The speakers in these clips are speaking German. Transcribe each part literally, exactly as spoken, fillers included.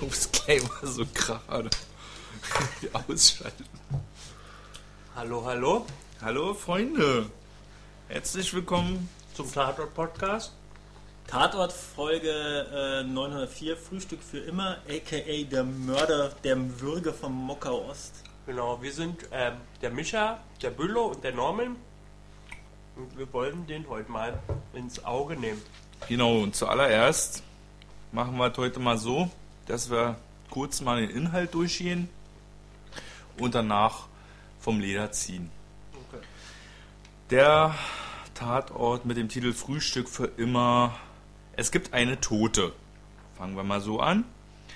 muss gleich mal so gerade ausschalten. Hallo, hallo. Hallo Freunde. Herzlich willkommen zum Tatort-Podcast. Tatort-Folge äh, neunhundertvier, Frühstück für immer, aka der Mörder, der Würger vom Mokka Ost. Genau, wir sind ähm, der Mischa, der Bülow und der Norman. Und wir wollen den heute mal ins Auge nehmen. Genau, und zuallererst machen wir es heute mal so, dass wir kurz mal den Inhalt durchgehen und danach vom Leder ziehen. Okay. Der Tatort mit dem Titel Frühstück für immer. Es gibt eine Tote. Fangen wir mal so an.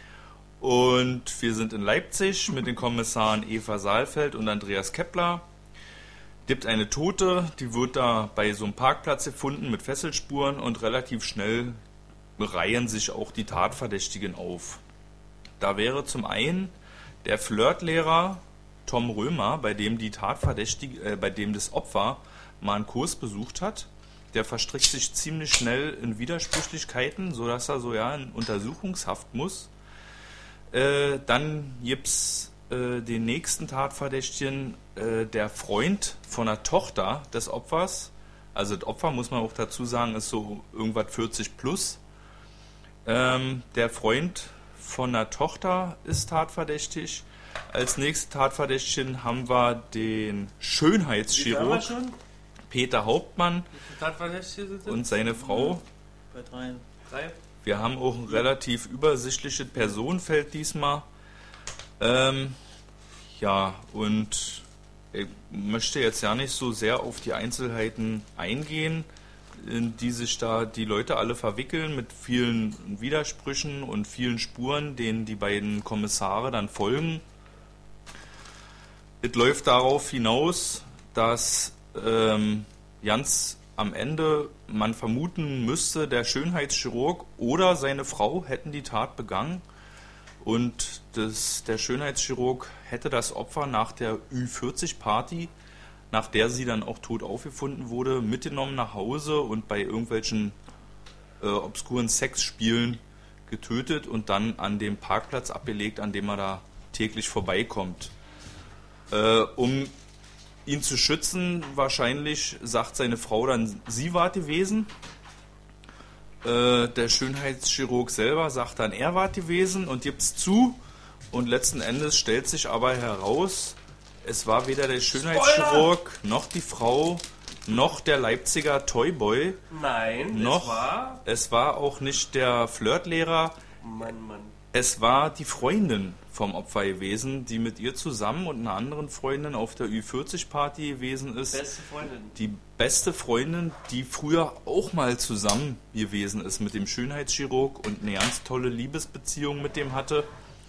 Und wir sind in Leipzig mit den Kommissaren Eva Saalfeld und Andreas Kepler. Gibt eine Tote, die wird da bei so einem Parkplatz gefunden mit Fesselspuren und relativ schnell reihen sich auch die Tatverdächtigen auf. Da wäre zum einen der Flirtlehrer Tom Römer, bei dem die Tatverdächtige, äh, bei dem das Opfer mal einen Kurs besucht hat. Der verstrickt sich ziemlich schnell in Widersprüchlichkeiten, sodass er so ja in Untersuchungshaft muss. Äh, dann gibt's äh, den nächsten Tatverdächtigen, äh, der Freund von der Tochter des Opfers. Also das Opfer, muss man auch dazu sagen, ist so irgendwas vierzig plus. Ähm, der Freund von der Tochter ist tatverdächtig. Als nächsten Tatverdächtigen haben wir den Schönheitschirurg Peter Hauptmann und seine Frau. Bei drei. Drei. Wir haben auch ein relativ übersichtliches Personenfeld diesmal. Ähm, ja, und ich möchte jetzt ja nicht so sehr auf die Einzelheiten eingehen, in die sich da die Leute alle verwickeln mit vielen Widersprüchen und vielen Spuren, denen die beiden Kommissare dann folgen. Es läuft darauf hinaus, dass ähm, ganz am Ende man vermuten müsste, der Schönheitschirurg oder seine Frau hätten die Tat begangen und das, der Schönheitschirurg hätte das Opfer nach der Ü vierzig Party, nach der sie dann auch tot aufgefunden wurde, mitgenommen nach Hause und bei irgendwelchen äh, obskuren Sexspielen getötet und dann an dem Parkplatz abgelegt, an dem er da täglich vorbeikommt. Äh, um ihn zu schützen, wahrscheinlich sagt seine Frau dann, sie war gewesen. Äh, der Schönheitschirurg selber sagt dann, er war gewesen und gibt's zu. Und letzten Endes stellt sich aber heraus, es war weder der Schönheitschirurg, Spoiler! noch die Frau, noch der Leipziger Toyboy. Nein, noch, es war... Es war auch nicht der Flirtlehrer. Mann, Mann. Es war die Freundin vom Opfer gewesen, die mit ihr zusammen und einer anderen Freundin auf der Ü vierzig Party gewesen ist. Beste Freundin. Die beste Freundin, die früher auch mal zusammen gewesen ist mit dem Schönheitschirurg und eine ganz tolle Liebesbeziehung mit dem hatte.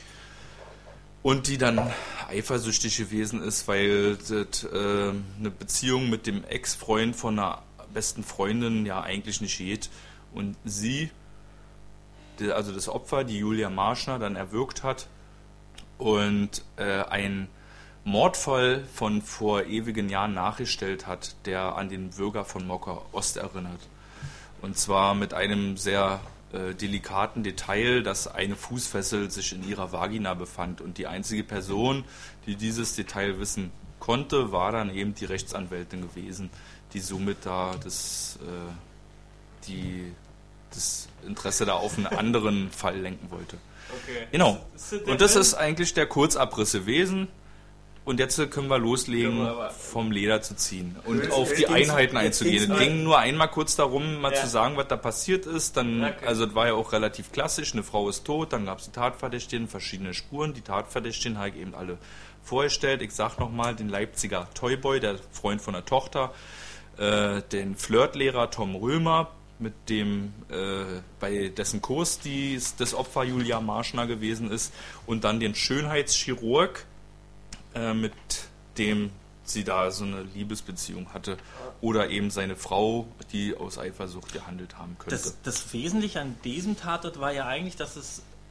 Und die dann eifersüchtig gewesen ist, weil das, äh, eine Beziehung mit dem Ex-Freund von einer besten Freundin ja eigentlich nicht geht. Und sie, die, also das Opfer, die Julia Marschner, dann erwürgt hat und äh, ein Mordfall von vor ewigen Jahren nachgestellt hat, der an den Würger von Mokka Ost erinnert. Und zwar mit einem sehr äh, delikaten Detail, dass eine Fußfessel sich in ihrer Vagina befand. Und die einzige Person, die dieses Detail wissen konnte, war dann eben die Rechtsanwältin gewesen, die somit da das, äh, die, das Interesse da auf einen anderen Fall lenken wollte. Okay. Genau. Ist, ist Und das ist eigentlich der Kurzabriss gewesen. Und jetzt können wir loslegen, Können wir vom Leder zu ziehen und Jetzt- auf jetzt die ging's- Einheiten jetzt einzugehen. ging's Es ging nur einmal kurz darum, mal Ja. zu sagen, was da passiert ist. Dann, Okay. also es war ja auch relativ klassisch, eine Frau ist tot, dann gab es die Tatverdächtigen, verschiedene Spuren. Die Tatverdächtigen habe ich eben alle vorgestellt. Ich sage nochmal, den Leipziger Toyboy, der Freund von der Tochter, äh, den Flirtlehrer Tom Römer, mit dem äh, bei dessen Kurs die, das Opfer Julia Marschner gewesen ist, und dann den Schönheitschirurg, äh, mit dem sie da so eine Liebesbeziehung hatte, oder eben seine Frau, die aus Eifersucht gehandelt haben könnte. Das, das Wesentliche an diesem Tatort war ja eigentlich, dass es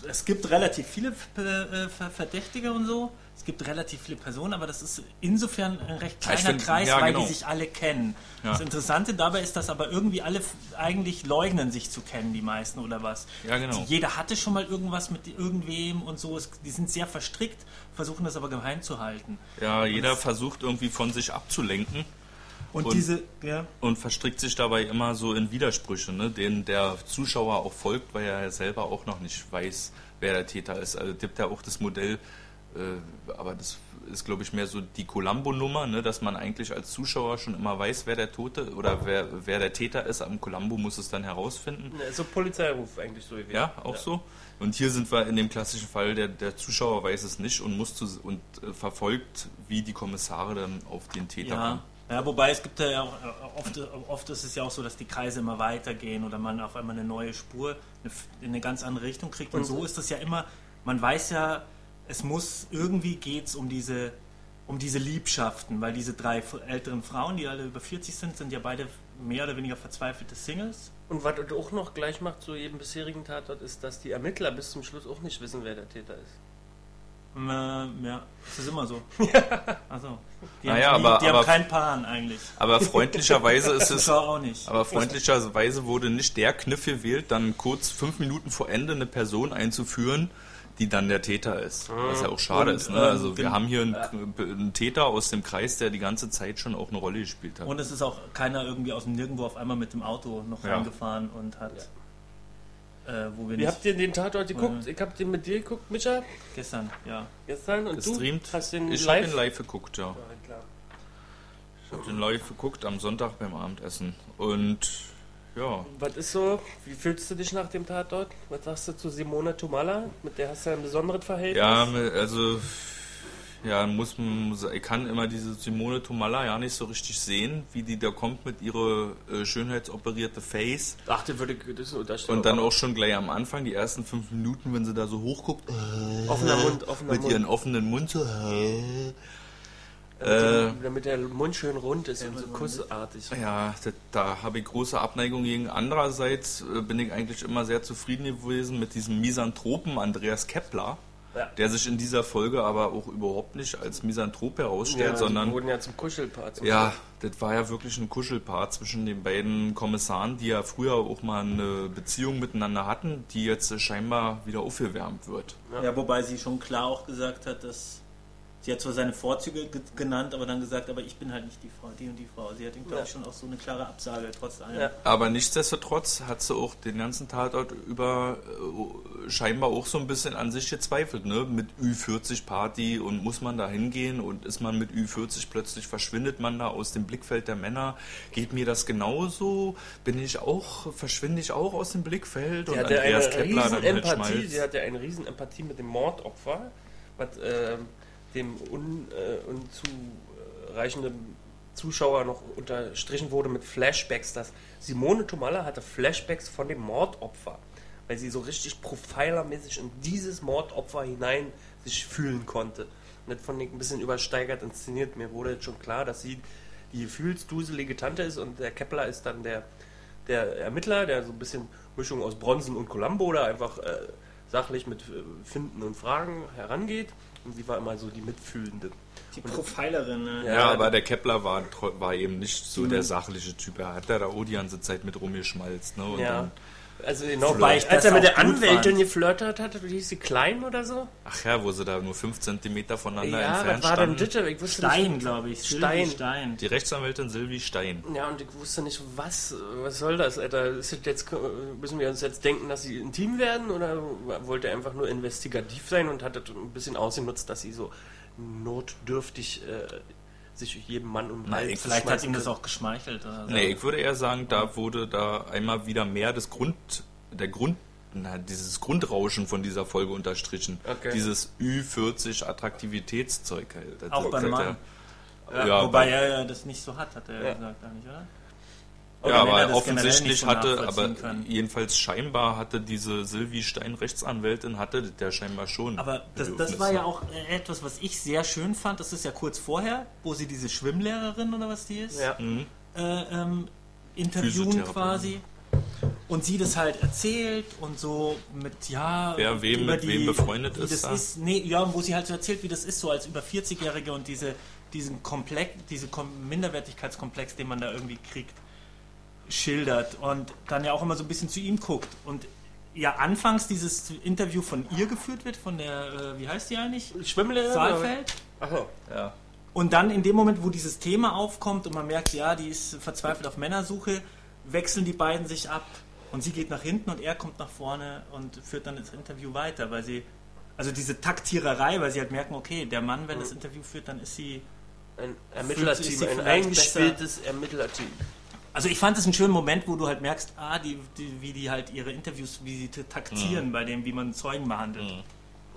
es gibt relativ viele äh, Verdächtige und so. Es gibt relativ viele Personen, aber das ist insofern ein recht kleiner find, Kreis, ja, weil genau. die sich alle kennen. Ja. Das Interessante dabei ist, dass aber irgendwie alle f- eigentlich leugnen, sich zu kennen, die meisten oder was. Ja, genau. Die, jeder hatte schon mal irgendwas mit irgendwem und so. Es, die sind sehr verstrickt, versuchen das aber geheim zu halten. Ja, jeder versucht irgendwie von sich abzulenken. Und, Und- diese, ja, Und verstrickt sich dabei immer so in Widersprüche, ne, denen der Zuschauer auch folgt, weil er ja selber auch noch nicht weiß, wer der Täter ist. Also gibt ja auch das Modell, äh, aber das ist, glaube ich, mehr so die Columbo-Nummer, ne, dass man eigentlich als Zuschauer schon immer weiß, wer der Tote oder wer, wer der Täter ist. Am Columbo muss es dann herausfinden. Ne, so Polizeiruf eigentlich so gewesen. Ja, auch so. Und hier sind wir in dem klassischen Fall, der, der Zuschauer weiß es nicht und muss zu, und äh, verfolgt, wie die Kommissare dann auf den Täter ja. kommen. Ja, wobei es gibt ja auch, oft, oft ist es ja auch so, dass die Kreise immer weitergehen oder man auf einmal eine neue Spur in eine ganz andere Richtung kriegt. Und, und so ist es ja immer, man weiß ja, es muss, irgendwie geht es um diese, um diese Liebschaften, weil diese drei älteren Frauen, die alle über vierzig sind, sind ja beide mehr oder weniger verzweifelte Singles. Und was auch noch gleich macht zu jedem bisherigen Tatort ist, dass die Ermittler bis zum Schluss auch nicht wissen, wer der Täter ist. Ja, das ist immer so. Also, die, Naja, haben, die, aber- die haben aber- keinen Pan eigentlich. Aber freundlicherweise ist es... Zuschauer auch nicht. Aber freundlicherweise wurde nicht der Kniff gewählt, dann kurz fünf Minuten vor Ende eine Person einzuführen, die dann der Täter ist. Was ja auch schade Und, ist. Ne? ähm, Also wir gen- haben hier einen, einen Täter aus dem Kreis, der die ganze Zeit schon auch eine Rolle gespielt hat. Und es ist auch keiner irgendwie aus dem Nirgendwo auf einmal mit dem Auto noch Ja. reingefahren und hat, äh, wo wir Wie nicht habt ihr den Tatort geguckt? Ja. Ich hab den mit dir geguckt, Micha, gestern, ja. gestern. Und Gestreamt. du hast den Ich habe live? den live geguckt, ja. Ja, klar. Ich habe den live geguckt am Sonntag beim Abendessen. Und ja, Was ist so? Wie fühlst du dich nach dem Tatort? Was sagst du zu Simone Tomalla? Mit der hast du ja ein besonderes Verhältnis. ja, also ja, muss man, ich kann immer diese Simone Tomalla ja nicht so richtig sehen, wie die da kommt mit ihrer äh, schönheitsoperierte Face. Ach, der würde das unterstellen. Und dann auch schon gleich am Anfang, die ersten fünf Minuten, wenn sie da so hochguckt, äh, offener Mund, offener mit Mund. ihren offenen Mund so, äh, damit, äh, damit der Mund schön rund ist und so kussartig. ja, da, da habe ich große Abneigung gegen. Andererseits äh, bin ich eigentlich immer sehr zufrieden gewesen mit diesem Misanthropen Andreas Kepler, Ja. der sich in dieser Folge aber auch überhaupt nicht als Misanthrop herausstellt, Ja, sondern die wurden ja zum Kuschelpaar. Zum ja, das war ja wirklich ein Kuschelpaar zwischen den beiden Kommissaren, die ja früher auch mal eine Beziehung miteinander hatten, die jetzt scheinbar wieder aufgewärmt wird. Ja. Ja, wobei sie schon klar auch gesagt hat, dass sie hat zwar seine Vorzüge ge- genannt, aber dann gesagt, aber ich bin halt nicht die Frau, die und die Frau. Sie hat ihm, glaube ich, Ja. schon auch so eine klare Absage, trotz allem. Ja. Aber nichtsdestotrotz hat sie auch den ganzen Tatort über äh, scheinbar auch so ein bisschen an sich gezweifelt, ne? Mit Ü vierzig Party und muss man da hingehen und ist man mit Ü vierzig plötzlich, verschwindet man da aus dem Blickfeld der Männer? Geht mir das genauso? Bin ich auch, verschwinde ich auch aus dem Blickfeld? Sie Und hatte eine Kepler riesen dann halt Empathie, schmalz. sie hatte eine riesen Empathie mit dem Mordopfer, was ähm, dem un, äh, unzureichenden Zuschauer noch unterstrichen wurde mit Flashbacks, dass Simone Tomalla hatte Flashbacks von dem Mordopfer, weil sie so richtig profilermäßig in dieses Mordopfer hinein sich fühlen konnte. Und das fand ich ein bisschen übersteigert inszeniert. Mir wurde jetzt schon klar, dass sie die gefühlsduselige Tante ist und der Kepler ist dann der, der Ermittler, der so ein bisschen Mischung aus Bronson und Columbo da einfach äh, sachlich mit äh, Finden und Fragen herangeht. Und sie war immer so die Mitfühlende. Die Profilerin, ne? Ja, Ja, aber der Kepler war, tro- war eben nicht so Mhm. der sachliche Typ. Er hat da auch die ganze Zeit mit rumgeschmalzt. Ne? Und Ja. dann, Also genau, Wobei ich als das er mit auch der gut Anwältin fand. geflirtet hat, wie hieß sie, Klein oder so? ach ja, wo sie da nur fünf Zentimeter voneinander Ja, entfernt was war denn standen. das? Ich wusste Stein, nicht. glaube ich. Sylvie Stein. Stein. Die Rechtsanwältin Sylvie Stein. Ja, und ich wusste nicht, was, was soll das, Alter? Ist das jetzt, müssen wir uns jetzt denken, dass sie intim werden oder wollte er einfach nur investigativ sein und hat das ein bisschen ausgenutzt, dass sie so notdürftig äh, sich jedem Mann um den Nein, Hals Vielleicht hat schmeißen ihm das können. auch geschmeichelt. Oder so. Nee, ich würde eher sagen, da wurde da einmal wieder mehr das Grund, der Grund, na, dieses Grundrauschen von dieser Folge unterstrichen. Okay. Dieses Ü vierzig Attraktivitätszeug halt. Das Auch hat beim er- Mann. Ja, Ja, wobei bei- er ja das nicht so hat, hat er Ja. gesagt, gar nicht, oder? Ja, Oder wenn er aber das generell nicht offensichtlich so hatte, aber nachvollziehen kann. jedenfalls scheinbar hatte diese Sylvie Stein Rechtsanwältin, hatte der scheinbar schon. Aber das, das Bedürfnisse. war ja auch äh, etwas, was ich sehr schön fand. Das ist ja kurz vorher, wo sie diese Schwimmlehrerin oder was die ist, Ja. Mhm. äh, ähm, interviewen Physiotherapeutin. quasi. Und sie das halt erzählt und so mit, ja... Wer wem über mit wem befreundet wie ist das da? ist. Nee, ja, wo sie halt so erzählt, wie das ist, so als über vierzig-Jährige und diese, diesen Komplex, diese Kom- Minderwertigkeitskomplex, den man da irgendwie kriegt, schildert. Und dann ja auch immer so ein bisschen zu ihm guckt. Und ja, anfangs dieses Interview von ihr geführt wird, von der, äh, wie heißt die eigentlich? Schwimmlehrerin? Saalfeld. Achso. Ja. Und dann in dem Moment, wo dieses Thema aufkommt und man merkt, ja, die ist verzweifelt auf Männersuche, wechseln die beiden sich ab und sie geht nach hinten und er kommt nach vorne und führt dann das Interview weiter, weil sie, also diese Taktiererei, weil sie halt merken, okay, der Mann, wenn das Interview führt, dann ist sie... Ein Fühlt Ermittlerteam, sich sie ein vielleicht eingespieltes Ermittlerteam. Also ich fand es einen schönen Moment, wo du halt merkst, ah, die, die, wie die halt ihre Interviews, wie sie taktieren Mhm. bei dem, wie man Zeugen behandelt. Mhm.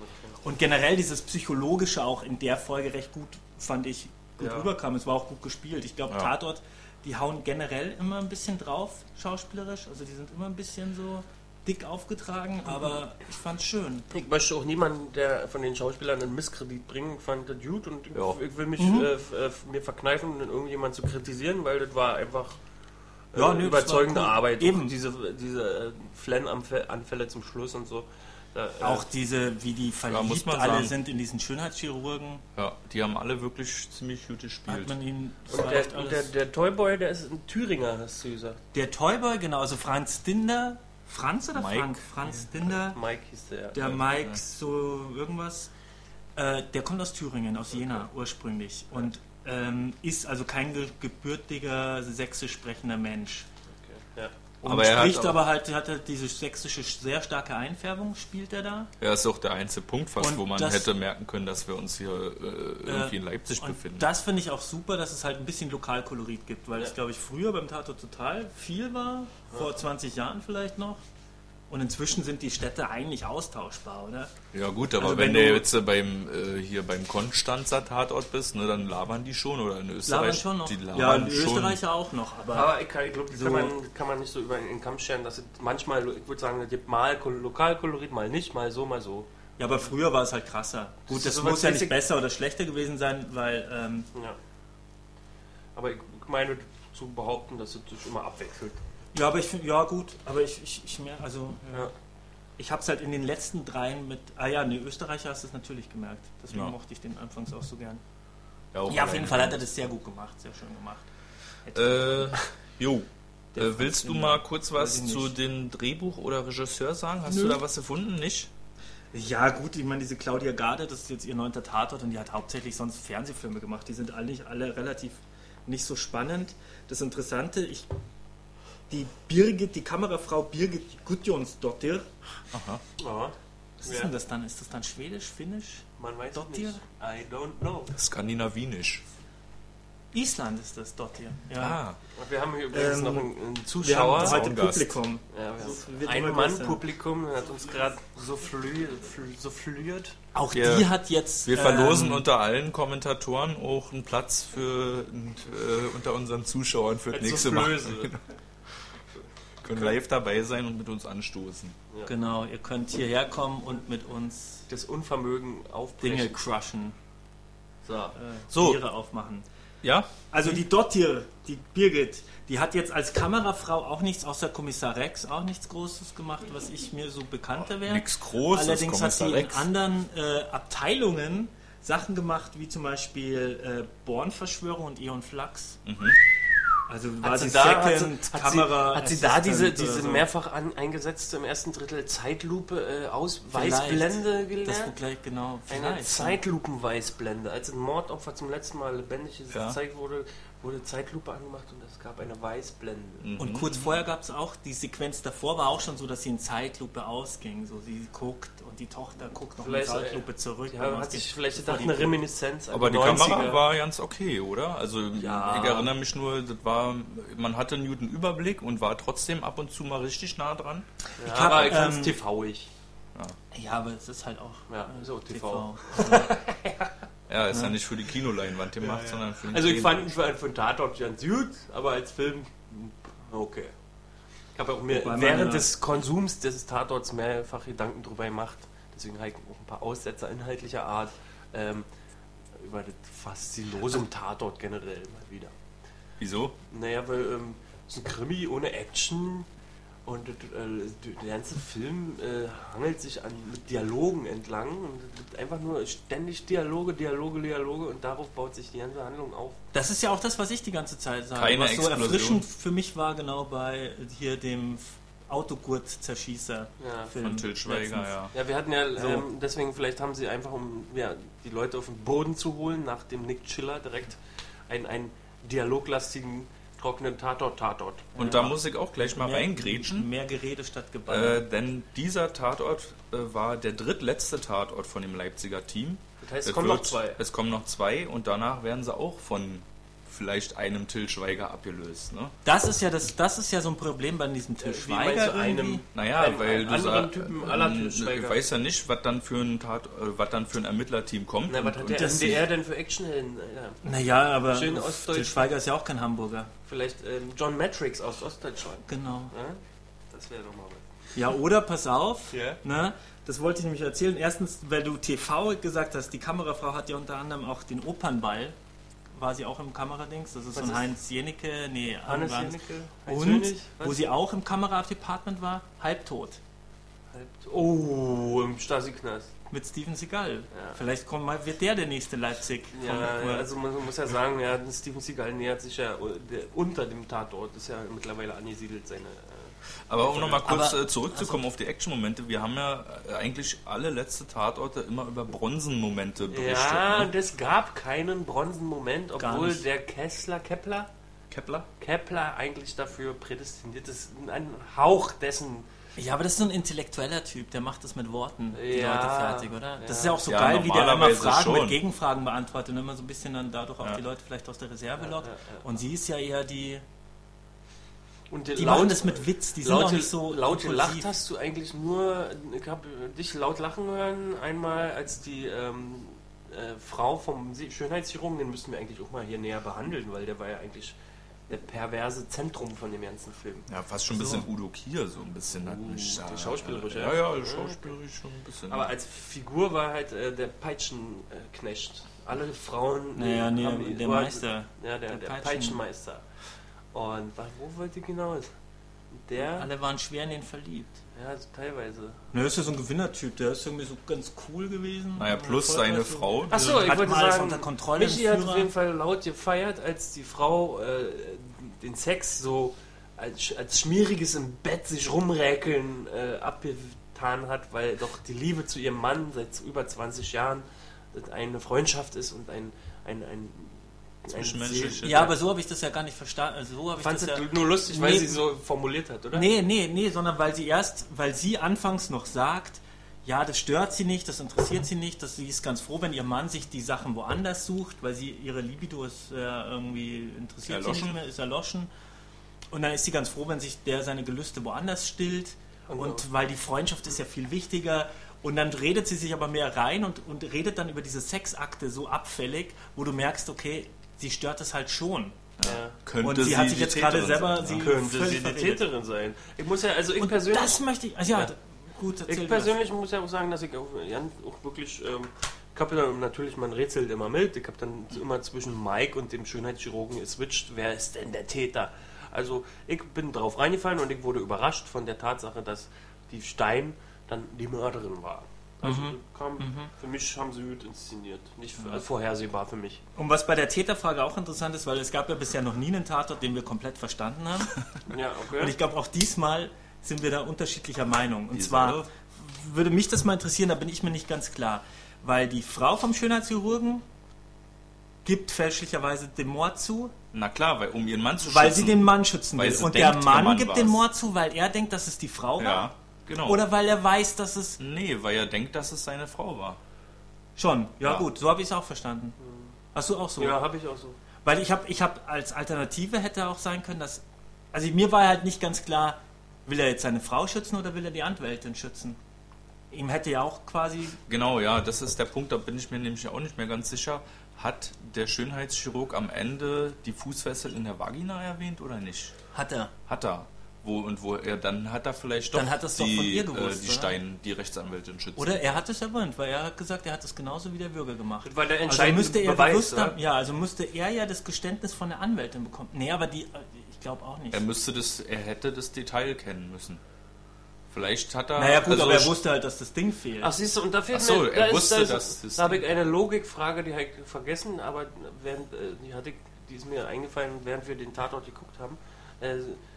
Und generell dieses Psychologische auch in der Folge recht gut, fand ich, gut Ja. rüberkam. Es war auch gut gespielt. Ich glaube, Ja. Tatort, die hauen generell immer ein bisschen drauf, schauspielerisch. Also die sind immer ein bisschen so dick aufgetragen, aber ich fand's schön. Ich möchte auch niemanden, der von den Schauspielern einen Misskredit bringt, fand das gut und Ja. ich will mich Mhm. äh, f- äh, mir verkneifen, irgendjemanden zu kritisieren, weil das war einfach äh, Ja, nö, das überzeugende war cool. Arbeit. Eben. Auch diese diese äh, Flan-Anfälle zum Schluss und so. Da, äh, Auch diese, wie die verliebt muss man alle sagen. sind in diesen Schönheitschirurgen, Ja, die haben alle wirklich ziemlich gut hat gespielt. man ihnen, das und war der, echt und der, alles. der Toyboy, der ist ein Thüringer, hast du gesagt. Der Toyboy, genau, also Franz Dinder, Franz oder Mike. Frank? Franz Dinder, Mike hieß der. der Ja, Mike, ja. so irgendwas, äh, der kommt aus Thüringen, aus Jena ursprünglich und ähm, ist also kein ge gebürtiger sächsisch sprechender Mensch. Okay. Ja. Und Aber er hat spricht auch- aber halt, hat er diese sächsische sehr starke Einfärbung, spielt er da. Ja, ist auch der einzige Punkt fast, Und wo man das- hätte merken können, dass wir uns hier äh, irgendwie in Leipzig Und befinden. das finde ich auch super, dass es halt ein bisschen Lokalkolorit gibt, weil Ja. das, glaube ich, früher beim Tatort total viel war, vor zwanzig Jahren vielleicht noch. Und inzwischen sind die Städte eigentlich austauschbar, oder? Ja gut, aber Also wenn, wenn du du- jetzt äh, beim äh, hier beim Konstanzer Tatort bist, ne, dann labern die schon oder in Österreich. Labern schon noch. Die labern Ja, in schon. Österreicher auch noch, aber, Aber ich, kann- ich glaube, das So- kann, man, kann man nicht so über den Kamm scheren, dass es manchmal, ich würde sagen, es gibt mal Kol- Lokalkolorit, mal nicht, mal so, mal so. ja, aber früher war es halt krasser. Gut, Das das ist muss sowas ja nicht mäßig- besser oder schlechter gewesen sein, weil ähm, Ja. Aber ich meine zu behaupten, dass es sich immer abwechselt. ja, aber ich finde, ja gut, aber ich, ich, ich mehr, also Ja. ich habe es halt in den letzten dreien mit, ah ja, ne, Österreicher hast du es natürlich gemerkt. Deswegen Ja. mochte ich den anfangs auch so gern. Ja, auch Ja, auf alleine. jeden Fall hat er das sehr gut gemacht, sehr schön gemacht. Äh, jo. Der Äh, Franz willst du Dinder. mal kurz was Weiß ich zu nicht. den Drehbuch oder Regisseur sagen? Hast Nö. du da was gefunden? Nicht? Ja gut, ich meine, diese Claudia Garde, das ist jetzt ihr neunter Tatort und die hat hauptsächlich sonst Fernsehfilme gemacht. Die sind eigentlich alle relativ nicht so spannend. Das Interessante, ich, die Birgit, die Kamerafrau Birgit Gudjonsdottir, Aha. Ja. was ist Ja. denn das dann? Ist das dann Schwedisch, Finnisch? Man weiß es Dottir? nicht. I don't know. Skandinavinisch. Island ist das Dottir. Ja. Ah. Und wir haben hier übrigens Ähm, noch einen, einen Wir Zuschauer. haben heute Zaungast. Publikum. Ja, wir Das haben wird ein immer Mann-Publikum, hat uns gerade so, flü flü so flüiert. Auch Wir- die hat jetzt... Wir verlosen ähm, unter allen Kommentatoren auch einen Platz für und, äh, unter unseren Zuschauern für das nächste Mal. Können live dabei sein und mit uns anstoßen. Genau, ihr könnt hierher kommen und mit uns Das Unvermögen aufbrechen. Dinge crushen, So. äh, So. Biere aufmachen. Ja? Also die Dottir, die Birgit, die hat jetzt als Kamerafrau auch nichts, außer Kommissar Rex, auch nichts Großes gemacht, was ich mir so bekannter wäre. Nix Großes, Allerdings hat sie Kommissar in Rex. anderen äh, Abteilungen Sachen gemacht, wie zum Beispiel äh, Born-Verschwörung und Eon Flux. Mhm. Also war Hat sie sie, da, hat, sie, Second hat, Kamera. sie, hat sie da diese, Assistant oder diese so. mehrfach an, eingesetzte im ersten Drittel Zeitlupe äh, aus Vielleicht. Weißblende Das gelernt? wird gleich genau. Eine vielleicht, ja. Zeitlupenweißblende. Als ein Mordopfer zum letzten Mal lebendig Ja. gezeigt wurde, wurde Zeitlupe angemacht und es gab eine Weißblende. Mhm. Und kurz vorher gab es auch, die Sequenz davor war auch schon so, dass sie in Zeitlupe ausging. So, sie guckt und die Tochter guckt noch Vielleicht, in Zeitlupe zurück. Ja, und hat sich vielleicht bevor gedacht, die- eine Reminiszenz an Aber die neunziger. Kamera war ganz okay, oder? Also Ja. ich erinnere mich nur, das war, man hatte einen guten Überblick und war trotzdem ab und zu mal richtig nah dran. Ja, hab, aber ich fand's ähm, T V-ig. Ja, aber es ist halt auch Ja, äh, so T V. Ja, ist ja, nicht für die Kinoleinwand gemacht, sondern für den Also ich Kino. fand ihn für einen Tatort ganz gut, aber als Film okay. Ich habe auch mir Wobei man während ja- des Konsums des Tatorts mehrfach Gedanken drüber gemacht. Deswegen habe ich auch ein paar Aussetzer inhaltlicher Art ähm, über das Faszinosum Tatort generell mal wieder. Wieso? Naja, weil ähm, es ist ein Krimi ohne Action Und äh, der ganze Film äh, hangelt sich an mit Dialogen entlang und es gibt einfach nur ständig Dialoge, Dialoge, Dialoge und darauf baut sich die ganze Handlung auf. Das ist ja auch das, was ich die ganze Zeit sage. Keine was so Explosion. erfrischend für mich war, genau bei hier dem Autogurt-Zerschießer Ja. Film Von Til Schweiger, letztens. ja. Ja, wir hatten ja, So. ähm, deswegen vielleicht haben sie einfach, um ja, die Leute auf den Boden zu holen, nach dem Nick Chiller direkt einen, einen dialoglastigen, trockenen Tatort, Tatort. Und da muss ich auch gleich mal Mehr- reingrätschen. Mehr Gerede statt Geballer. Äh, denn dieser Tatort äh, war der drittletzte Tatort von dem Leipziger Team. Das heißt, es Es kommen wird- noch zwei. Es kommen noch zwei und danach werden sie auch von vielleicht einem Til Schweiger abgelöst. Ne? Das ist ja das, das ist ja so ein Problem bei diesem Til Wie meinst Schweiger du, einem- irgendwie. Naja, Einen- weil einen du anderen sagst, Typen aller Til ich Schweiger. weiß ja nicht, was dann für ein Tat, äh, was dann für ein Ermittlerteam kommt. Na, was und, hat und der das- M D R denn für Actionhelden? Alter? Naja, aber Schön Til ostdeutsch. Schweiger ist ja auch kein Hamburger. Vielleicht ähm, John Matrix aus Ostdeutschland. Genau. Ja? Das wäre doch mal was. Ja, oder pass auf, Ja. ne, das wollte ich nämlich erzählen. Erstens, weil du T V gesagt hast, die Kamerafrau hat ja unter anderem auch den Opernball, war sie auch im Kameradings, das ist Was so ein ist- Heinz Jenecke, nee, Hannes irgendwas. Jennecke, Heinz Und, Hönig, was? wo sie auch im Kamera-Department war, halbtot, Halb- Oh, im Stasi-Knast. mit Steven Seagal. Ja. Vielleicht kommt mal, wird der der nächste Leipzig. Ja, von- also man muss ja sagen, ja, Steven Seagal nähert sich ja äh, der, unter dem Tatort, ist ja mittlerweile angesiedelt, seine... Äh, Aber um nochmal kurz Aber- äh, zurückzukommen auf die Action-Momente, wir haben ja äh, eigentlich alle letzte Tatorte immer über Bronzenmomente berichtet. ja, Ne? und es gab keinen Bronzenmoment, Gar obwohl nicht. der Kessler, Kepler, Kepler? Kepler eigentlich dafür prädestiniert ist, ein Hauch dessen... Ja, aber das ist so ein intellektueller Typ, der macht das mit Worten, die Ja, Leute fertig, oder? Das ja. ist ja auch so Ja, geil, wie der immer normalerweise Fragen schon. mit Gegenfragen beantwortet und immer so ein bisschen dann dadurch auch Ja. die Leute vielleicht aus der Reserve Ja, lockt. ja, ja. Und sie ist ja eher die, Und die machen das mit Witz, die sind auch laute, nicht so laute impulsiv. Lacht hast du eigentlich nur, ich habe dich laut lachen hören, einmal als die ähm, äh, Frau vom Se- Schönheitschirurgen, den müssten wir eigentlich auch mal hier näher behandeln, weil der war ja eigentlich der perverse Zentrum von dem ganzen Film. Ja, fast schon ein So. bisschen Udo Kier, so ein bisschen. hat Uh, mich, der äh, schauspielerische, Ja, ja. ja, schauspielerisch schon ein bisschen. Aber als Figur war halt äh, der Peitschenknecht. Alle Frauen... Naja, nee, haben- der war- Meister. Ja, der, Der der, Peitschen- Peitschenmeister. Und wa- wo wollte ich hinaus? Der... Alle waren schwer in den verliebt. Ja, also teilweise. Ne, ist ja so ein Gewinnertyp, der ist irgendwie so ganz cool gewesen. Naja, plus seine Frau. Achso, ich Hat wollte mal alles sagen, unter Kontrolle, Michi den hat Führer. auf jeden Fall laut gefeiert, als die Frau äh, den Sex so als, als schmieriges im Bett sich rumräkeln äh, abgetan hat, weil doch die Liebe zu ihrem Mann seit über zwanzig Jahren eine Freundschaft ist und ein, ein, ein, ein Zwischenmenschliche- Seel- Ja, aber so habe ich das ja gar nicht verstanden. Also so habe ich Fandst das du ja... nur lustig, weil Nee. sie so formuliert hat, oder? Nee, nee, nee, sondern weil sie erst, weil sie anfangs noch sagt, ja, das stört sie nicht, das interessiert sie nicht, dass sie ist ganz froh, wenn ihr Mann sich die Sachen woanders sucht, weil sie ihre Libido ist äh, irgendwie interessiert sie Erloschen. nicht mehr, ist erloschen. Und dann ist sie ganz froh, wenn sich der seine Gelüste woanders stillt. Und- Und weil die Freundschaft ist ja viel wichtiger. Und dann redet sie sich aber mehr rein und, und redet dann über diese Sexakte so abfällig, wo du merkst, okay, sie stört es halt schon. Ja. Könnte Und sie hat sich die jetzt gerade Täterin selber- sein, sie- ja. Könnte völlig sie die verredet. Täterin sein. Ich muss ja, also ich Und persönlich... das möchte ich, also ja, Ja. gut, erzähl Ich du persönlich muss ja auch sagen, dass ich auch, Jan, auch wirklich, ähm, ich habe dann natürlich, man rätselt immer mit, ich habe dann immer zwischen Mike und dem Schönheitschirurgen geswitcht, wer ist denn der Täter? Also ich bin drauf reingefallen und ich wurde überrascht von der Tatsache, dass die Stein dann die Mörderin war. Also Mhm. kam, für mich haben sie gut inszeniert, nicht also vorhersehbar für mich. Und was bei der Täterfrage auch interessant ist, weil es gab ja bisher noch nie einen Tatort, den wir komplett verstanden haben. Ja, okay. Und ich glaube, auch diesmal sind wir da unterschiedlicher Meinung. Und Wieso? zwar würde mich das mal interessieren, da bin ich mir nicht ganz klar. Weil die Frau vom Schönheitschirurgen gibt fälschlicherweise den Mord zu, Na klar, weil, um ihren Mann zu weil schützen. sie den Mann schützen Weil will. sie Und denkt, der ihr Mann Mann gibt war's. den Mord zu, weil er denkt, dass es die Frau war. Ja, genau. Oder weil er weiß, dass es... Nee, weil er denkt, dass es seine Frau war. Schon, ja, Ja. gut, so habe ich es auch verstanden. Hast du auch so? ja, habe ich auch so. Weil ich habe ich hab als Alternative hätte auch sein können, dass... Also mir war halt nicht ganz klar, will er jetzt seine Frau schützen oder will er die Anwältin schützen? Ihm hätte ja auch quasi... Genau, ja, das ist der Punkt, da bin ich mir nämlich auch nicht mehr ganz sicher. Hat der Schönheitschirurg am Ende die Fußfessel in der Vagina erwähnt oder nicht? Hat er. Hat er. Wo und wo er dann hat er vielleicht doch Dann hat das doch die, von ihr gewusst, äh, die oder? Stein, die Rechtsanwältin schützen. Oder er hat es erwähnt, weil er hat gesagt, er hat es genauso wie der Würger gemacht. Weil der Also entscheidende müsste er Beweis, gewusst oder? haben, ja, also müsste er ja das Geständnis von der Anwältin bekommen. Nee, aber die, ich glaube auch nicht. Er müsste das, er hätte das Detail kennen müssen. Vielleicht hat er. Naja gut, also aber er wusste halt, dass das Ding fehlt. Ach siehst du, und da fehlt Ach so, mir, er da wusste, ist, da, dass ist, das da habe Ding- ich eine Logikfrage, die habe ich vergessen, aber während, äh, die hatte ich, die ist mir eingefallen, während wir den Tatort geguckt haben. Äh,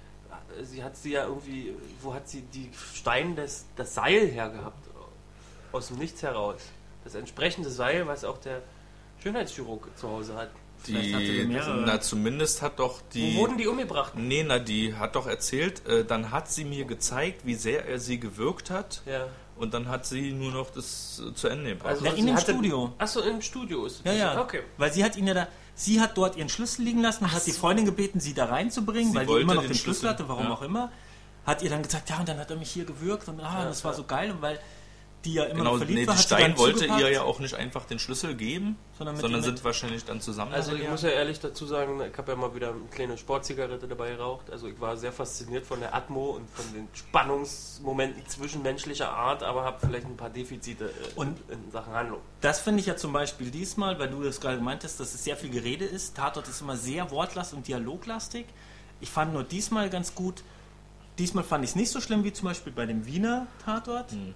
sie hat sie ja irgendwie, wo hat sie die Stein des, das Seil hergehabt? Aus dem Nichts heraus. Das entsprechende Seil, was auch der Schönheitschirurg zu Hause hat. Vielleicht hatte die, sie mehrere. na zumindest hat doch die. Wo wurden die umgebracht? Nee, na, die hat doch erzählt, äh, dann hat sie mir gezeigt, wie sehr er sie gewürgt hat. Ja. Und dann hat sie nur noch das äh, zu Ende gebracht. Also Na, in sie dem hatte- Studio. Achso, im Studio ist Ja, ja. Okay. Weil sie hat ihn ja da, sie hat dort ihren Schlüssel liegen lassen und hat die Freundin gebeten, sie da reinzubringen, Sie weil die wollte immer noch den den Schlüssel Schlüssel, hatte, warum ja. auch immer. Hat ihr dann gesagt, ja, und dann hat er mich hier gewürgt und ah, Ja, das war ja. so geil. Und weil die ja immer Genau, noch verliebt nee, war, die hat sie Stein dann wollte zugepackt. ihr ja auch nicht einfach den Schlüssel geben, Sondern sondern, mit ihr sind wahrscheinlich dann zusammen. Also ich nachher muss ja ehrlich dazu sagen, ich habe ja mal wieder eine kleine Sportzigarette dabei geraucht. Also ich war sehr fasziniert von der Atmo und von den Spannungsmomenten zwischenmenschlicher Art, aber habe vielleicht ein paar Defizite äh, Und- in Sachen Handlung. Das finde ich ja zum Beispiel diesmal, weil du das gerade meintest, dass es sehr viel Gerede ist. Tatort ist immer sehr wortlastig und dialoglastig. Ich fand nur diesmal ganz gut, diesmal fand ich es nicht so schlimm wie zum Beispiel bei dem Wiener Tatort, Hm.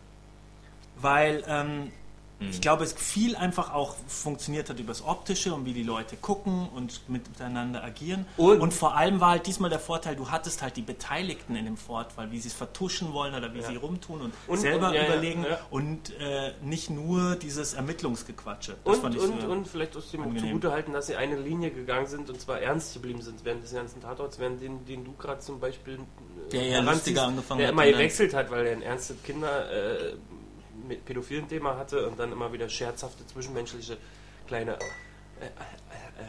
weil ähm, ich glaube, es viel einfach auch funktioniert hat über das Optische und wie die Leute gucken und miteinander agieren. Und- Und, vor allem war halt diesmal der Vorteil, du hattest halt die Beteiligten in dem Fort, weil wie sie es vertuschen wollen oder wie Ja. sie rumtun und, Und- selber und- ja, ja, überlegen ja. und äh, nicht nur dieses Ermittlungsgequatsche. Das Und, fand ich und, so- und vielleicht aus dem auch angenehm. zugutehalten, dass sie eine Linie gegangen sind und zwar ernst geblieben sind während des ganzen Tatorts, während den, den du gerade zum Beispiel äh, Der eher heranziehst, lustiger angefangen der hat immer und dann- gewechselt hat, weil er ein ernstes Kinder äh, mit pädophilen Thema hatte und dann immer wieder scherzhafte zwischenmenschliche kleine äh, äh, äh,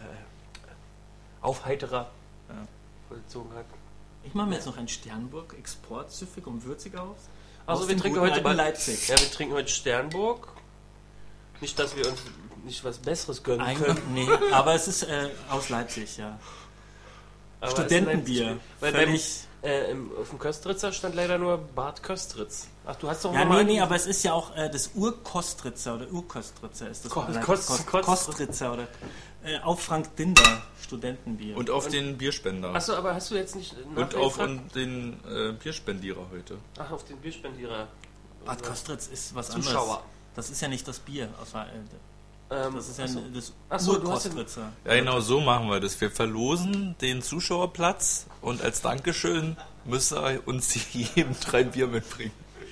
Aufheiterer Ja. vollzogen hat. Ich mache mir jetzt noch ein Sternburg Export süffig um würzig auf. Also Aus wir dem trinken guten heute alten bei Leipzig. Ja, wir trinken heute Sternburg. Nicht, dass wir uns nicht was Besseres gönnen Eigentlich, können. nee, aber es ist äh, aus Leipzig, ja. aber es Studentenbier. ist Weil beim, Völlig. äh, im, auf dem Köstritzer stand leider nur Bad Köstritz. Ach, du hast doch Ja, noch mal nee, nee, einen- aber es ist ja auch äh, das Urkostritzer oder Urköstritzer ist das. Ko- Nein, Kost- Kost- Kost- Kostritzer oder äh, auf Frank Dinder Studentenbier. und auf den Bierspender. Achso, aber hast du jetzt nicht und auf nachgefragt? und den äh, Bierspendierer heute. Ach, auf den Bierspendierer. Bad Kostritz ist was Zuschauer. anderes. Das ist ja nicht das Bier. Aus, äh, Ähm, das ist ja achso. das Ach so, du hast den- Urkostritzer. Ja, genau so machen wir das. Wir verlosen den Zuschauerplatz und als Dankeschön müsst ihr uns jedem drei Bier mitbringen.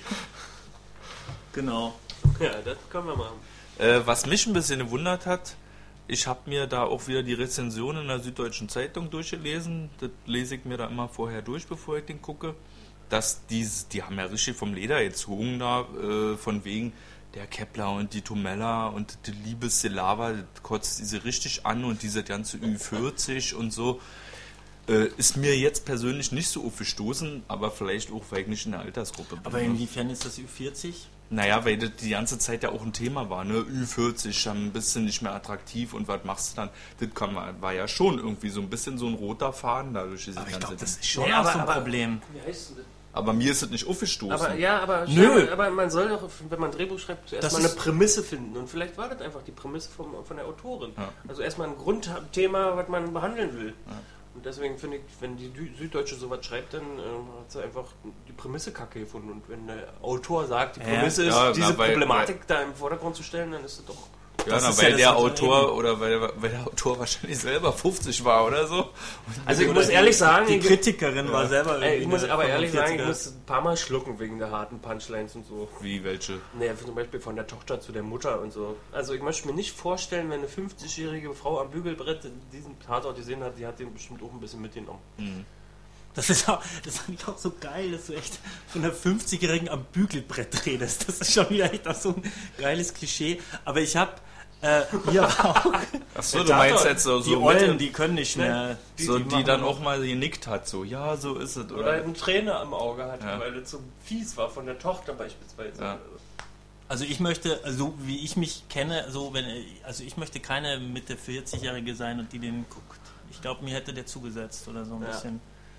Genau. Ja, das können wir machen. Äh, was mich ein bisschen gewundert hat, ich habe mir da auch wieder die Rezension in der Süddeutschen Zeitung durchgelesen. Das lese ich mir da immer vorher durch, bevor ich den gucke. Dass die, die haben ja richtig vom Leder gezogen da, äh, von wegen der Kepler und die Tomella und die liebe Silava, das kotzt diese richtig an und diese ganze Ü vierzig und so. Äh, ist mir jetzt persönlich nicht so aufgestoßen, aber vielleicht auch, weil ich nicht in der Altersgruppe bin. Aber inwiefern ist das Ü vierzig? Naja, weil das die ganze Zeit ja auch ein Thema war, ne? Ü vierzig, dann ein bisschen nicht mehr attraktiv und was machst du dann? Das kann man, war ja schon irgendwie so ein bisschen so ein roter Faden da durch diese Aber ich ganze glaube, das Ding. ist schon Nee, auch aber- so ein aber- Problem. Wie heißt denn das? Aber mir ist das nicht aufgestoßen. Aber ja, aber, Nö. aber man soll doch, wenn man ein Drehbuch schreibt, zuerst Das mal eine ist- Prämisse finden. Und vielleicht war das einfach die Prämisse vom, von der Autorin. Ja. Also erstmal ein Grundthema, was man behandeln will. Und deswegen finde ich, wenn die Dü- Süddeutsche sowas schreibt, dann äh, hat sie einfach die Prämisse kacke gefunden. Und wenn der Autor sagt, die Ja. Prämisse ist, Ja, diese na, weil- Problematik da im Vordergrund zu stellen, dann ist es doch... ja, das na, ist weil ja der das Autor eben. oder weil, weil der Autor wahrscheinlich selber fünfzig war oder so. Also ich Oder muss die- ehrlich sagen, die ich- Kritikerin war selber Ey, ich irgendwie muss eine aber ehrlich sagen, ich fünfundvierziger. muss ein paar Mal schlucken wegen der harten Punchlines und so. Wie, welche? Naja, zum Beispiel von der Tochter zu der Mutter und so. Also ich möchte mir nicht vorstellen, wenn eine fünfzigjährige Frau am Bügelbrett diesen Tatort gesehen hat, die hat den bestimmt auch ein bisschen mitgenommen. Das ist auch, das fand ich auch so geil, dass du echt von einer fünfzigjährigen am Bügelbrett redest. Das ist schon wieder echt auch so ein geiles Klischee. Aber ich habe äh, hier war auch Achso, Der du meinst Tatort, jetzt so, die so, Ollen, mit, die können nicht mehr. so die, machen- dann auch mal genickt hat, so, ja, so ist es. Oder Oder? eine Träne am Auge hatte, Ja. weil es so fies war von der Tochter beispielsweise. Ja. Also ich möchte, so wie ich mich kenne, so wenn, also ich möchte keine Mitte vierzigjährige sein und die den guckt. Ich glaube, mir hätte der zugesetzt oder so ein Ja. bisschen.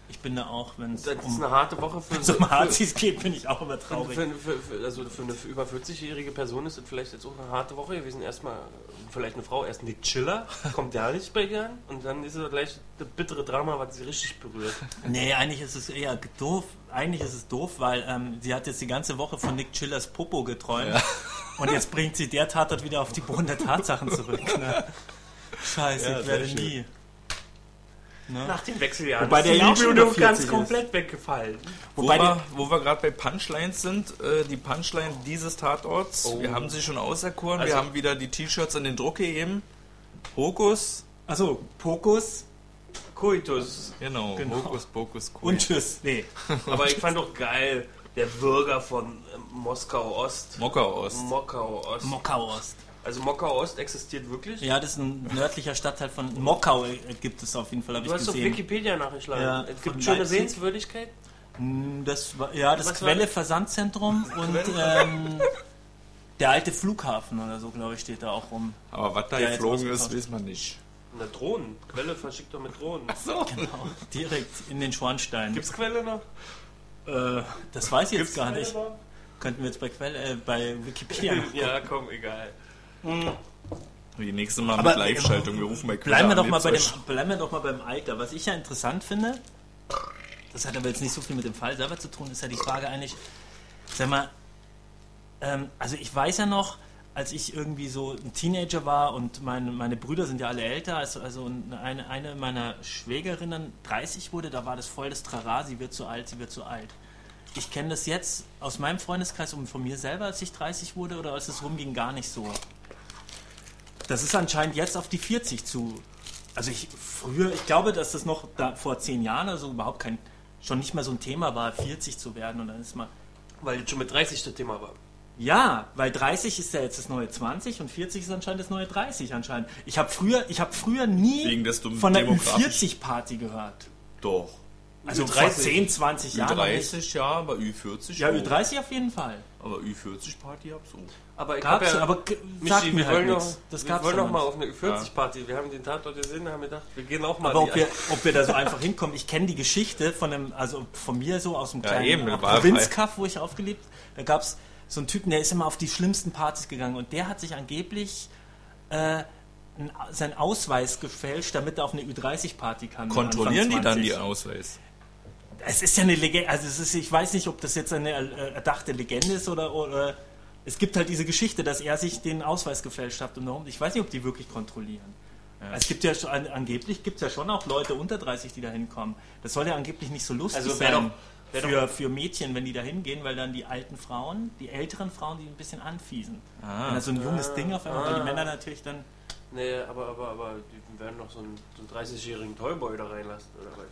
Ich bin da auch, wenn es Das ist um eine harte Woche für, so für, Hazis geht, bin ich auch immer für, traurig. für, für, für, also für eine über vierzig-jährige Person ist das vielleicht jetzt auch eine harte Woche gewesen. Erstmal vielleicht eine Frau, erst Nick Chiller, kommt ja nicht bei ihr an und dann ist es gleich das bittere Drama, was sie richtig berührt. Nee, eigentlich ist es eher doof. Eigentlich ist es doof, weil ähm, sie hat jetzt die ganze Woche von Nick Chillers Popo geträumt Ja. und jetzt bringt sie der Tatort wieder auf die Boden der Tatsachen zurück. Ne? Scheiße, Ja, ich sehr werde schön. nie. Ne? Nach den Wechseljahren Wobei ist der die ja auch schon Liebe über nur ganz vierzig ist. komplett weggefallen. Wo Wobei wir, wo wir gerade bei Punchlines sind, äh, die Punchline dieses Tatorts, Oh. wir haben sie schon auserkoren, Also- wir haben wieder die T-Shirts in den Druck gegeben. Hokus, Achso, Pokus Coitus. genau, Genau. Hokus, Pokus, Cool. und Tschüss. Nee. Aber ich fand doch geil, der Bürger von ähm, Moskau-Ost. Mockau-Ost. Moskau-Ost. Mockau-Ost. Also Moskau-Ost existiert wirklich? Ja, das ist ein nördlicher Stadtteil von Mockau, äh, gibt es auf jeden Fall, habe Du ich hast auf gesehen. Wikipedia nachgeschlagen. Ja, es von gibt schöne Leipzig. Sehenswürdigkeiten. Hm, Das war, ja, das Was war Quelle das? Versandzentrum und ähm, der alte Flughafen oder so, glaube ich, steht da auch rum. Aber was da Der jetzt geflogen ist, ausgetauscht. weiß man nicht. Na, Drohnen. Quelle verschickt doch mit Drohnen. So. Genau, direkt in den Schornstein. Gibt's Quelle noch? Äh, das weiß ich jetzt Gibt's gar Quelle nicht. noch? Könnten wir jetzt bei Quelle, äh, bei Wikipedia noch. Ja, komm, egal. Die nächste Mal Aber, mit Live-Schaltung. Wir rufen bei Quelle Bleiben wir, an, doch mal bei dem, lebt's euch. bleiben wir doch mal beim Alter. Was ich ja interessant finde, das hat aber jetzt nicht so viel mit dem Fall selber zu tun, ist ja die Frage eigentlich, sag mal, ähm, also ich weiß ja noch, als ich irgendwie so ein Teenager war und meine, meine Brüder sind ja alle älter, also, also eine, eine meiner Schwägerinnen dreißig wurde, da war das voll das Trara, sie wird zu alt, sie wird zu alt. Ich kenne das jetzt aus meinem Freundeskreis und von mir selber, als ich dreißig wurde oder als es rumging, gar nicht so. Das ist anscheinend jetzt auf die vierzig zu. Also ich früher, ich glaube, dass das noch da, vor zehn Jahren also überhaupt kein, schon nicht mehr so ein Thema war, vierzig zu werden und dann ist mal. Weil jetzt schon mit dreißig das Thema war. Ja, weil dreißig ist ja jetzt das neue zwanzig und vierzig ist anscheinend das neue dreißig anscheinend. Ich habe früher, ich habe früher nie Wegen des dummen von der Ü Demografisch- vierzig Party gehört. Doch. Also Ü vor dreißig. zehn, zwanzig Jahren. noch nicht. Ü dreißig ja, aber Ü vierzig Ja, auch. Ü dreißig auf jeden Fall. Aber Ü vierzig Party hab's auch. Aber ich Gab's, hab ja, aber g- Michi, sagt wir mir halt wollen noch, nichts. Das wir gab's wollen ja noch mal nicht. auf eine Ü vierzig Party. Wir haben den Tatort gesehen und haben gedacht, wir gehen auch mal Aber die ob wir, ob wir da so einfach hinkommen, ich kenne die Geschichte von einem, also von mir so aus dem Ja, kleinen eben, war Provinzkaff, wo ich aufgelebt, da gab es so einen Typen, der ist immer auf die schlimmsten Partys gegangen und der hat sich angeblich äh, n- seinen Ausweis gefälscht, damit er auf eine Ü dreißig Party kann. Kontrollieren die Anfang dann die zwanzig. Ausweis? Es ist ja eine Legende, also es ist, ich weiß nicht, ob das jetzt eine äh, erdachte Legende ist oder, oder es gibt halt diese Geschichte, dass er sich den Ausweis gefälscht hat und warum. Ich weiß nicht, ob die wirklich kontrollieren. Ja. Es gibt ja schon, an- angeblich gibt es ja schon auch Leute unter dreißig, die da hinkommen. Das soll ja angeblich nicht so lustig Also wär sein doch- wär für, für Mädchen, wenn die da hingehen, weil dann die alten Frauen, die älteren Frauen, die ein bisschen anfiesen. Ah. Wenn da so ein junges Ding auf einmal, weil die Ah. Männer natürlich dann. Nee, aber, aber, aber die werden noch so einen, so einen dreißigjährigen Toyboy da reinlassen, oder was?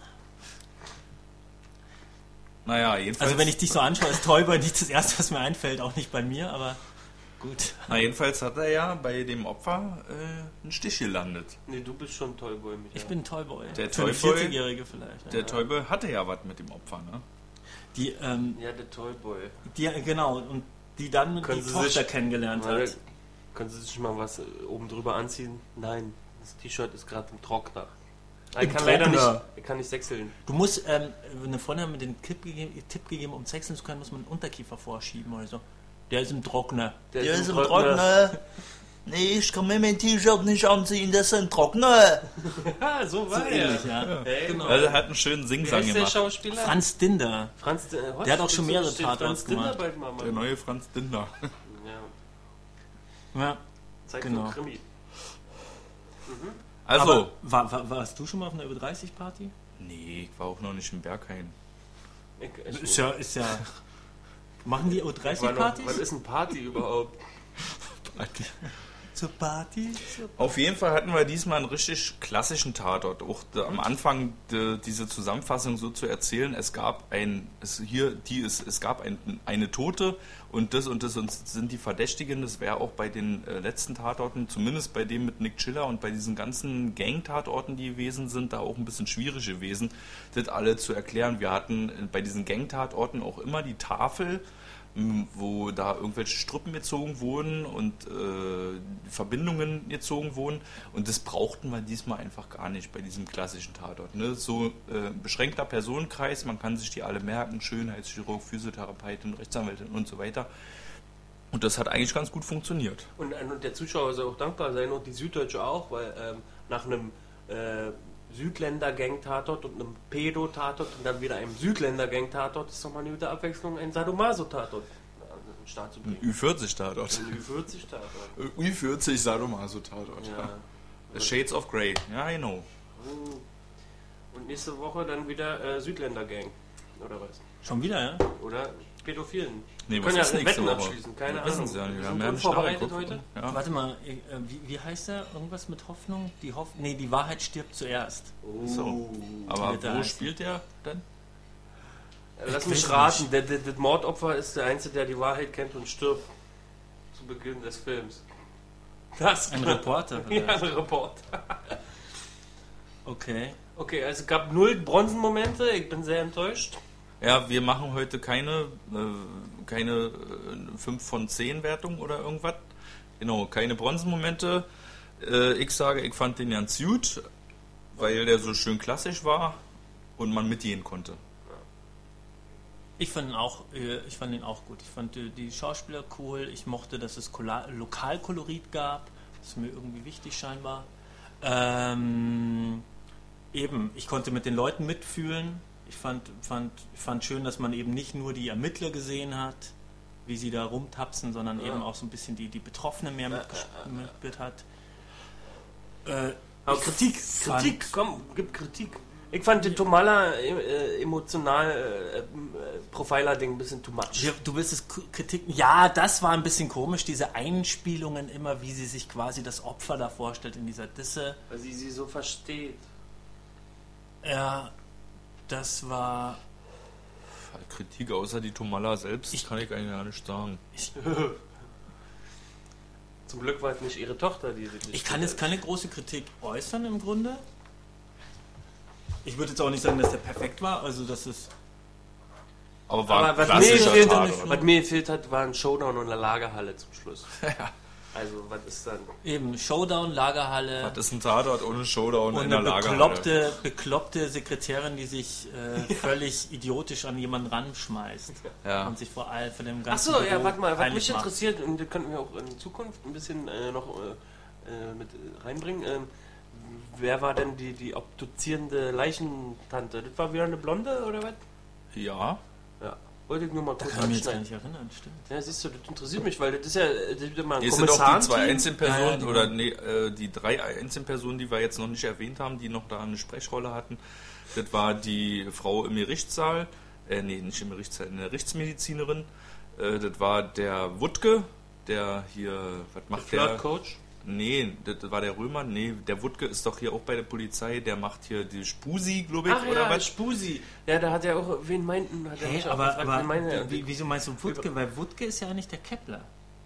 Naja, jedenfalls, Also wenn ich dich so anschaue, ist Toyboy nicht das erste, was mir einfällt, auch nicht bei mir, aber gut. na, jedenfalls hat er ja bei dem Opfer äh, einen Stich gelandet. Nee, du bist schon Toyboy, Michael. Ich bin ein Toyboy. Der Für eine Toyboy- vierzig-Jährige vielleicht. Der Ja. Toyboy hatte ja was mit dem Opfer, ne? Die, ähm, Ja, der Toyboy. die, genau, und die dann Können die Sie Tochter sich- kennengelernt Warte, hat. können Sie sich mal was äh, oben drüber anziehen? Nein, das T-Shirt ist gerade im Trockner. Ich Im kann leider Trockner? nicht, ich kann nicht sechseln. Du musst, ähm, eine Freundin hat mir den Tipp gegeben, Tipp gegeben, um sechseln zu können, muss man einen Unterkiefer vorschieben oder so. Der ist im Trockner. Der, Der ist im Trockner. Nee, ich kann mir mein T-Shirt nicht anziehen, das ist ein Trockner. Ah, so war So er. ähnlich, ja. Hey, Genau. Also er hat einen schönen Wie Singsang heißt der gemacht. Schauspieler? Franz Dinder. Franz äh, heute Der hat auch steht schon so- mehrere steht Tatorts Franz Dinder gemacht. bald mal, Mann. Der neue Franz Dinder. Ja, Ja. Zeit Genau. für Krimi. Also, Aber war, war, warst du schon mal auf einer Ü dreißig Party? nee, ich war auch noch nicht in Berghain. Ich, ich, Ist ja, ist ja. Machen die Ü ich war dreißig noch, Partys? was ist ein Party überhaupt? Zur Party? Auf jeden Fall hatten wir diesmal einen richtig klassischen Tatort. Auch de, am Anfang de, diese Zusammenfassung so zu erzählen, es gab ein, es hier, die ist, es gab ein, eine Tote und das und das und sind die Verdächtigen. Das wäre auch bei den äh, letzten Tatorten, zumindest bei dem mit Nick Chiller und bei diesen ganzen Gang-Tatorten, die gewesen sind, da auch ein bisschen schwierig gewesen, das alle zu erklären. Wir hatten bei diesen Gang-Tatorten auch immer die Tafel wo da irgendwelche Strippen gezogen wurden und äh, Verbindungen gezogen wurden. Und das brauchten wir diesmal einfach gar nicht bei diesem klassischen Tatort. Ne? So äh, beschränkter Personenkreis, man kann sich die alle merken, Schönheitschirurg, Physiotherapeutin, Rechtsanwältin und so weiter. Und das hat eigentlich ganz gut funktioniert. Und, und der Zuschauer soll auch dankbar sein, und die Süddeutsche auch, weil ähm, nach einem äh, Südländer-Gang-Tatort und einem Pedo-Tatort und dann wieder einem Südländer-Gang-Tatort ist doch mal eine gute Abwechslung, ein Sadomaso-Tatort an den Start zu bringen. Ü vierzig-Tatort. Ein Ü vierzig-Tatort. Ü vierzig Sadomaso-Tatort. Ja. Shades of Grey, ja, I know. Und nächste Woche dann wieder äh, Südländer-Gang. Oder was? Schon wieder, ja? Oder Pädophilen. Nee, Wir was können ist ja nächste Wetten Woche? abschließen, keine Wir Ahnung. wissen's ja nicht. Wir Wir haben sind ja einen unvorbereitet Start heute. Ja. Warte mal, äh, wie, wie heißt der? Irgendwas mit Hoffnung? Die Hoff nee, die Wahrheit stirbt zuerst. Oh. So. Aber Wird er wo heißen. spielt der denn? Lass Ich mich weiß raten, nicht. der, der, das Mordopfer ist der Einzige, der die Wahrheit kennt und stirbt. Zu Beginn des Films. Das Ein Reporter. Ja, vielleicht. ein Reporter. Okay. Okay, also es gab null Bronzenmomente, ich bin sehr enttäuscht. Ja, wir machen heute keine, äh, keine äh, fünf von zehn Wertung oder irgendwas. Genau, keine Bronzenmomente. Äh, ich sage, ich fand den ganz gut, weil der so schön klassisch war und man mitgehen konnte. Ich fand ihn auch, äh, ich fand ihn auch gut. Ich fand die, die Schauspieler cool. Ich mochte, dass es Kola- Lokalkolorit gab. Das ist mir irgendwie wichtig scheinbar. Ähm, eben, ich konnte mit den Leuten mitfühlen. Ich fand, fand, fand schön, dass man eben nicht nur die Ermittler gesehen hat, wie sie da rumtapsen, sondern Ja. eben auch so ein bisschen die, die Betroffenen mehr mitgespielt hat. Äh, Aber ich Kritik, fand- Kritik, komm, gib Kritik. Ich fand den Tomala äh, emotional äh, äh, Profiler-Ding ein bisschen too much. Ja, du willst es Kritik. Ja, das war ein bisschen komisch, diese Einspielungen immer, wie sie sich quasi das Opfer da vorstellt in dieser Disse. Weil sie sie so versteht. Ja, das war. Kritik außer die Tomala selbst Ich- kann ich eigentlich gar nicht sagen. Zum Glück war es nicht ihre Tochter, die sie nicht Ich kann jetzt keine große Kritik äußern im Grunde. Ich würde jetzt auch nicht sagen, dass der perfekt war, also dass es. Aber war Aber ein was mir, klassischer gefehlt Tatort. hat, was mir gefehlt hat, war ein Showdown und eine Lagerhalle zum Schluss. Ja. Also, was ist dann? Eben Showdown, Lagerhalle Das ist ein Tatort ohne Showdown und in der eine Lagerhalle. bekloppte, bekloppte Sekretärin, die sich äh, völlig idiotisch an jemanden ranschmeißt Ja. und sich vor allem von dem ganzen Achso, ja, Büro warte mal, was peinlich mich macht. interessiert, und das könnten wir auch in Zukunft ein bisschen äh, noch äh, äh, mit reinbringen. Ähm, wer war denn die, die obduzierende Leichentante? Das war wieder eine Blonde oder was? Ja. Ja. Wollte ich nur mal Da kurz kann ich mich jetzt gar anschneiden. nicht erinnern, stimmt. Ja, siehst du, das interessiert mich, weil das ist ja, das ist ja mal ein Es sind auch die zwei Kommissarenteam. Einzelpersonen, Ja, ja, die oder waren- nee, äh, die drei Einzelpersonen, die wir jetzt noch nicht erwähnt haben, die noch da eine Sprechrolle hatten. Das war die Frau im Gerichtssaal, äh, nee, nicht im Gerichtssaal, eine Rechtsmedizinerin. Äh, das war der Wutke, der hier, was macht der? Flirt-Coach. Nee, das war der Römer. Nee, der Wutke ist doch hier auch bei der Polizei. Der macht hier die Spusi, glaube ich, Ach oder ja, was? Spusi. Ja, da hat er auch, wen meinten, hat er Hey, mich auch aber, gefragt, aber wen meinen er? wie, wieso meinst du Wutke? Weil Wutke ist ja eigentlich der Kepler.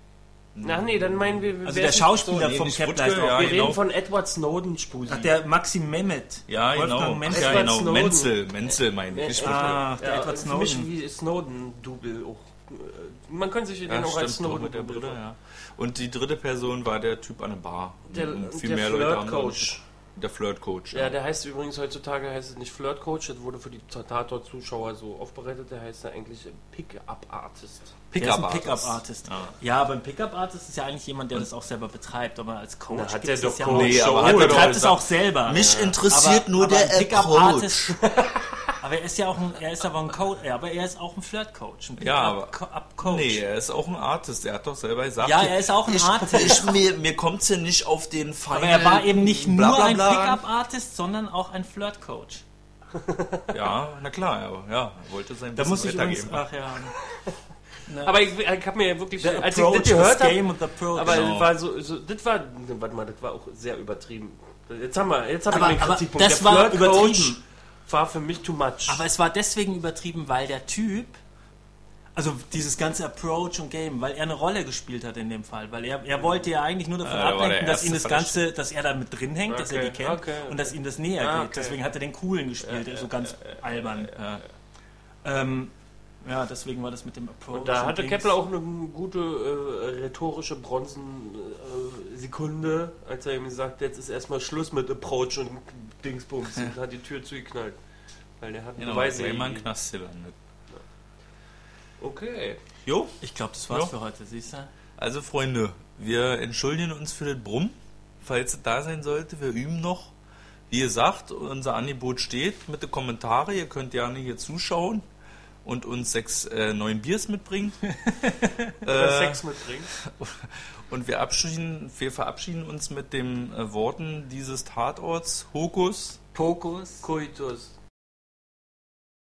Ach nee, dann meinen wir... Also wer der ist- Schauspieler nee, vom nicht Kepler Wutke, ist auch. ja, Wir genau. reden von Edward Snowden, Spusi. Ach, der Maxim Mehmet. Ja, genau. Wolfgang Ach, Menzel. ja, genau. Snowden. Menzel, Menzel meine ich. Nicht Wutke. Ah, der ja, Edward für mich Snowden. wie Snowden-Double auch. Man könnte sich den Ja, auch als stimmt, doch, mit der Snowden-Double Brille, ja. Und die dritte Person war der Typ an der Bar. Der, Und viel der mehr Leute haben da Flirt-Coach. nicht- Der Flirt-Coach, Ja, der heißt übrigens heutzutage heißt es nicht Flirt-Coach, das wurde für die Tatort-Zuschauer so aufbereitet, der heißt ja eigentlich Pick-Up-Artist. Der ist ein Pickup-Artist. Pickup-Artist. Ja. Ja, aber ein Pickup-Artist ist ja eigentlich jemand, der das auch selber betreibt. Aber als Coach Na, hat gibt's der das doch ja Coach. auch. Nee, aber Show hat Er er betreibt doch es auch selber. Mich interessiert Aber- nur aber der ein Pickup-Artist- Approach. Aber er ist ja auch ein, er ist aber ein Coach, ja, aber er ist auch ein Flirt-Coach, ein Ja, aber- Pickup-Coach. Nee, er ist auch ein Artist. Er hat doch selber gesagt. Ja, er ist auch ein Ich, Artist. ich, mir mir kommt es ja nicht auf den Final... Aber er war eben nicht nur bla, bla, ein bla an. Pickup-Artist, sondern auch ein Flirt-Coach. Ja, na klar, er, ja, er wollte sein Da Wissen muss ich übrigens, weitergeben. ach ja. Ne, Aber ich, ich habe mir ja wirklich, the als ich approach, das gehört the habe, game und the approach. aber Genau. das war so, so, das war, warte mal, das war auch sehr übertrieben. Jetzt haben wir, jetzt habe ich Aber- den aber Kritikpunkt. das Der war Flirt-Coach übertrieben. war für mich too much. Aber es war deswegen übertrieben, weil der Typ, also dieses ganze Approach und Game, weil er eine Rolle gespielt hat in dem Fall, weil er, er wollte ja eigentlich nur davon Ja, er war ablenken, der dass ihn das erste Ganze, dass er da mit drin hängt, dass er die Okay, kennt okay. und dass ihm das näher Ah, geht. okay. Deswegen hat er den Coolen gespielt, so ganz albern. Ähm, Ja, deswegen war das mit dem Approach. Und da hatte Dings. Kepler auch eine gute äh, rhetorische Bronzen-Sekunde, äh, als er ihm gesagt, jetzt ist erstmal Schluss mit Approach und Dingsbums und hat die Tür zugeknallt. Weil der hat Genau, Beweise. weil man im Knast gelandet. Okay. Jo, Ich glaube, das war's Ja. für heute, siehst du? also Freunde, wir entschuldigen uns für das Brumm, falls es da sein sollte. Wir üben noch. Wie gesagt, unser Angebot steht mit den Kommentaren. Ihr könnt gerne hier zuschauen und uns sechs äh, neuen Biers mitbringen. Oder äh, Sex mitbringen. Und wir, abschieden, wir verabschieden uns mit den äh, Worten dieses Tatorts. Hokus. Pokus. Coitus.